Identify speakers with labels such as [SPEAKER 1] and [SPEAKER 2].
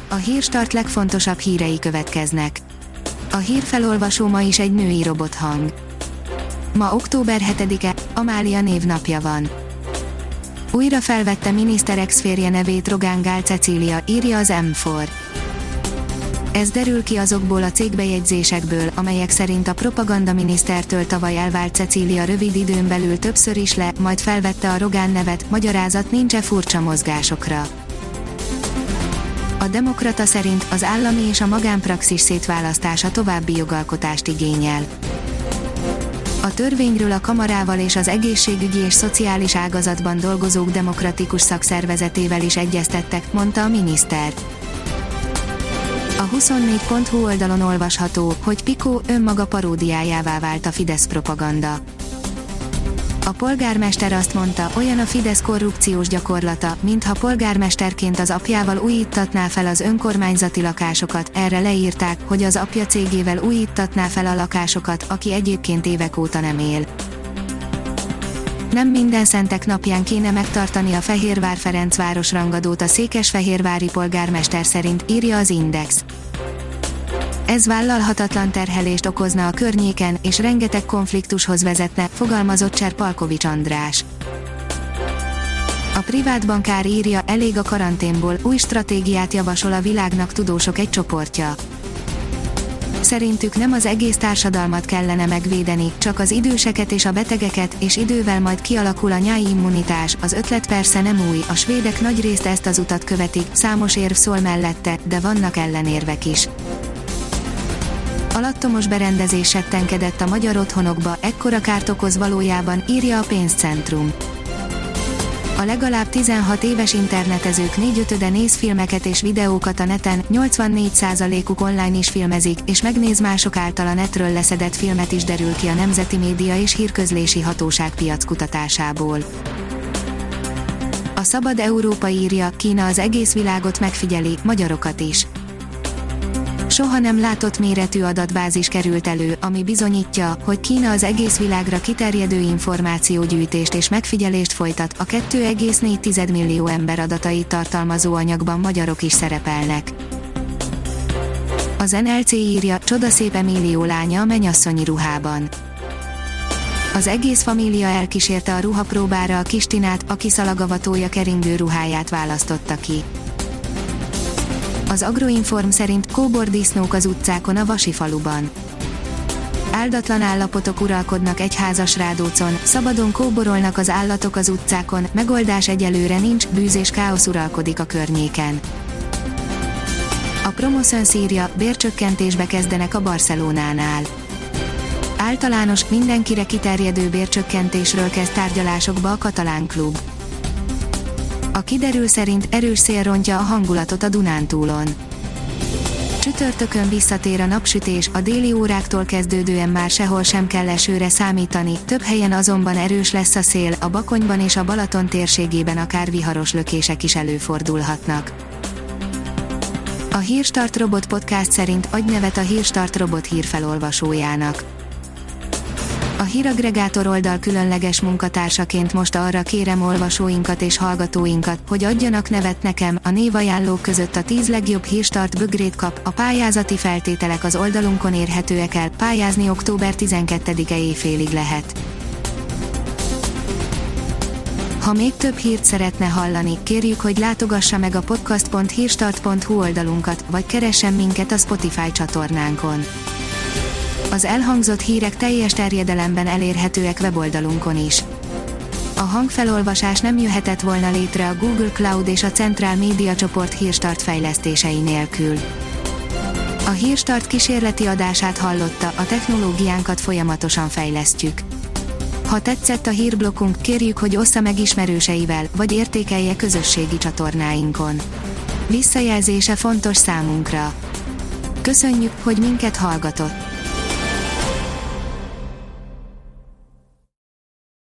[SPEAKER 1] A Hírstart legfontosabb hírei következnek. A hírfelolvasó ma is egy női robothang. Ma október 7-e, Amália névnapja van. Újra felvette miniszter ex-férje nevét Rogán Gál Cecília, írja az M4. Ez derül ki azokból a cégbejegyzésekből, amelyek szerint a propagandaminisztertől tavaly elvált Cecília rövid időn belül többször is majd felvette a Rogán nevet, magyarázat nincs-e furcsa mozgásokra. A Demokrata szerint az állami és a magánpraxis szétválasztása további jogalkotást igényel. A törvényről a kamarával és az egészségügyi és szociális ágazatban dolgozók demokratikus szakszervezetével is egyeztettek, mondta a miniszter. A 24.hu oldalon olvasható, hogy Picó önmaga paródiájává vált a Fidesz propaganda. A polgármester azt mondta, olyan a Fidesz korrupciós gyakorlata, mintha polgármesterként az apjával újíttatná fel az önkormányzati lakásokat, erre leírták, hogy az apja cégével újíttatná fel a lakásokat, aki egyébként évek óta nem él. Nem minden szentek napján kéne megtartani a Fehérvár-Ferencváros rangadót a székesfehérvári polgármester szerint, írja az Index. Ez vállalhatatlan terhelést okozna a környéken, és rengeteg konfliktushoz vezetne, fogalmazott Cserpalkovics András. A privát bankár írja, elég a karanténból, új stratégiát javasol a világnak tudósok egy csoportja. Szerintük nem az egész társadalmat kellene megvédeni, csak az időseket és a betegeket, és idővel majd kialakul a nyári immunitás. Az ötlet persze nem új, a svédek nagyrészt ezt az utat követik, számos érv szól mellette, de vannak ellenérvek is. Alattomos berendezés settenkedett a magyar otthonokba, ekkora kárt okoz valójában, írja a Pénzcentrum. A legalább 16 éves internetezők 4/5-e néz filmeket és videókat a neten, 84%-uk online is filmezik, és megnéz mások által a netről leszedett filmet is, derül ki a Nemzeti Média és Hírközlési Hatóság piackutatásából. A Szabad Európa írja, Kína az egész világot megfigyeli, magyarokat is. Soha nem látott méretű adatbázis került elő, ami bizonyítja, hogy Kína az egész világra kiterjedő információgyűjtést és megfigyelést folytat, a 2,4 millió ember adatait tartalmazó anyagban magyarok is szerepelnek. Az NLC írja, csodaszép Emílió lánya a mennyasszonyi ruhában. Az egész família elkísérte a ruhapróbára a kis Tinát, aki szalagavatója keringő ruháját választotta ki. Az Agroinform szerint kóbordisznók az utcákon a Vasifaluban. Áldatlan állapotok uralkodnak egyházas Rádócon, szabadon kóborolnak az állatok az utcákon, megoldás egyelőre nincs, bűz és káosz uralkodik a környéken. A Promoszön írja, bércsökkentésbe kezdenek a Barcelonánál. Általános, mindenkire kiterjedő bércsökkentésről kezd tárgyalásokba a katalán klub. A kiderül szerint erős szél rontja a hangulatot a Dunántúlon. Csütörtökön visszatér a napsütés, a déli óráktól kezdődően már sehol sem kell esőre számítani, több helyen azonban erős lesz a szél, a Bakonyban és a Balaton térségében akár viharos lökések is előfordulhatnak. A Hírstart Robot Podcast szerint adj nevet a Hírstart Robot hírfelolvasójának. A híraggregátor oldal különleges munkatársaként most arra kérem olvasóinkat és hallgatóinkat, hogy adjanak nevet nekem, a névajánlók között a 10 legjobb Hírstart bögrét kap, a pályázati feltételek az oldalunkon érhetőek el, pályázni október 12-e éjfélig lehet. Ha még több hírt szeretne hallani, kérjük, hogy látogassa meg a podcast.hírstart.hu oldalunkat, vagy keressen minket a Spotify csatornánkon. Az elhangzott hírek teljes terjedelemben elérhetőek weboldalunkon is. A hangfelolvasás nem jöhetett volna létre a Google Cloud és a Central Media csoport Hírstart fejlesztései nélkül. A Hírstart kísérleti adását hallotta, a technológiánkat folyamatosan fejlesztjük. Ha tetszett a hírblokkunk, kérjük, hogy ossza meg ismerőseivel, vagy értékelje közösségi csatornáinkon. Visszajelzése fontos számunkra. Köszönjük, hogy minket hallgatott!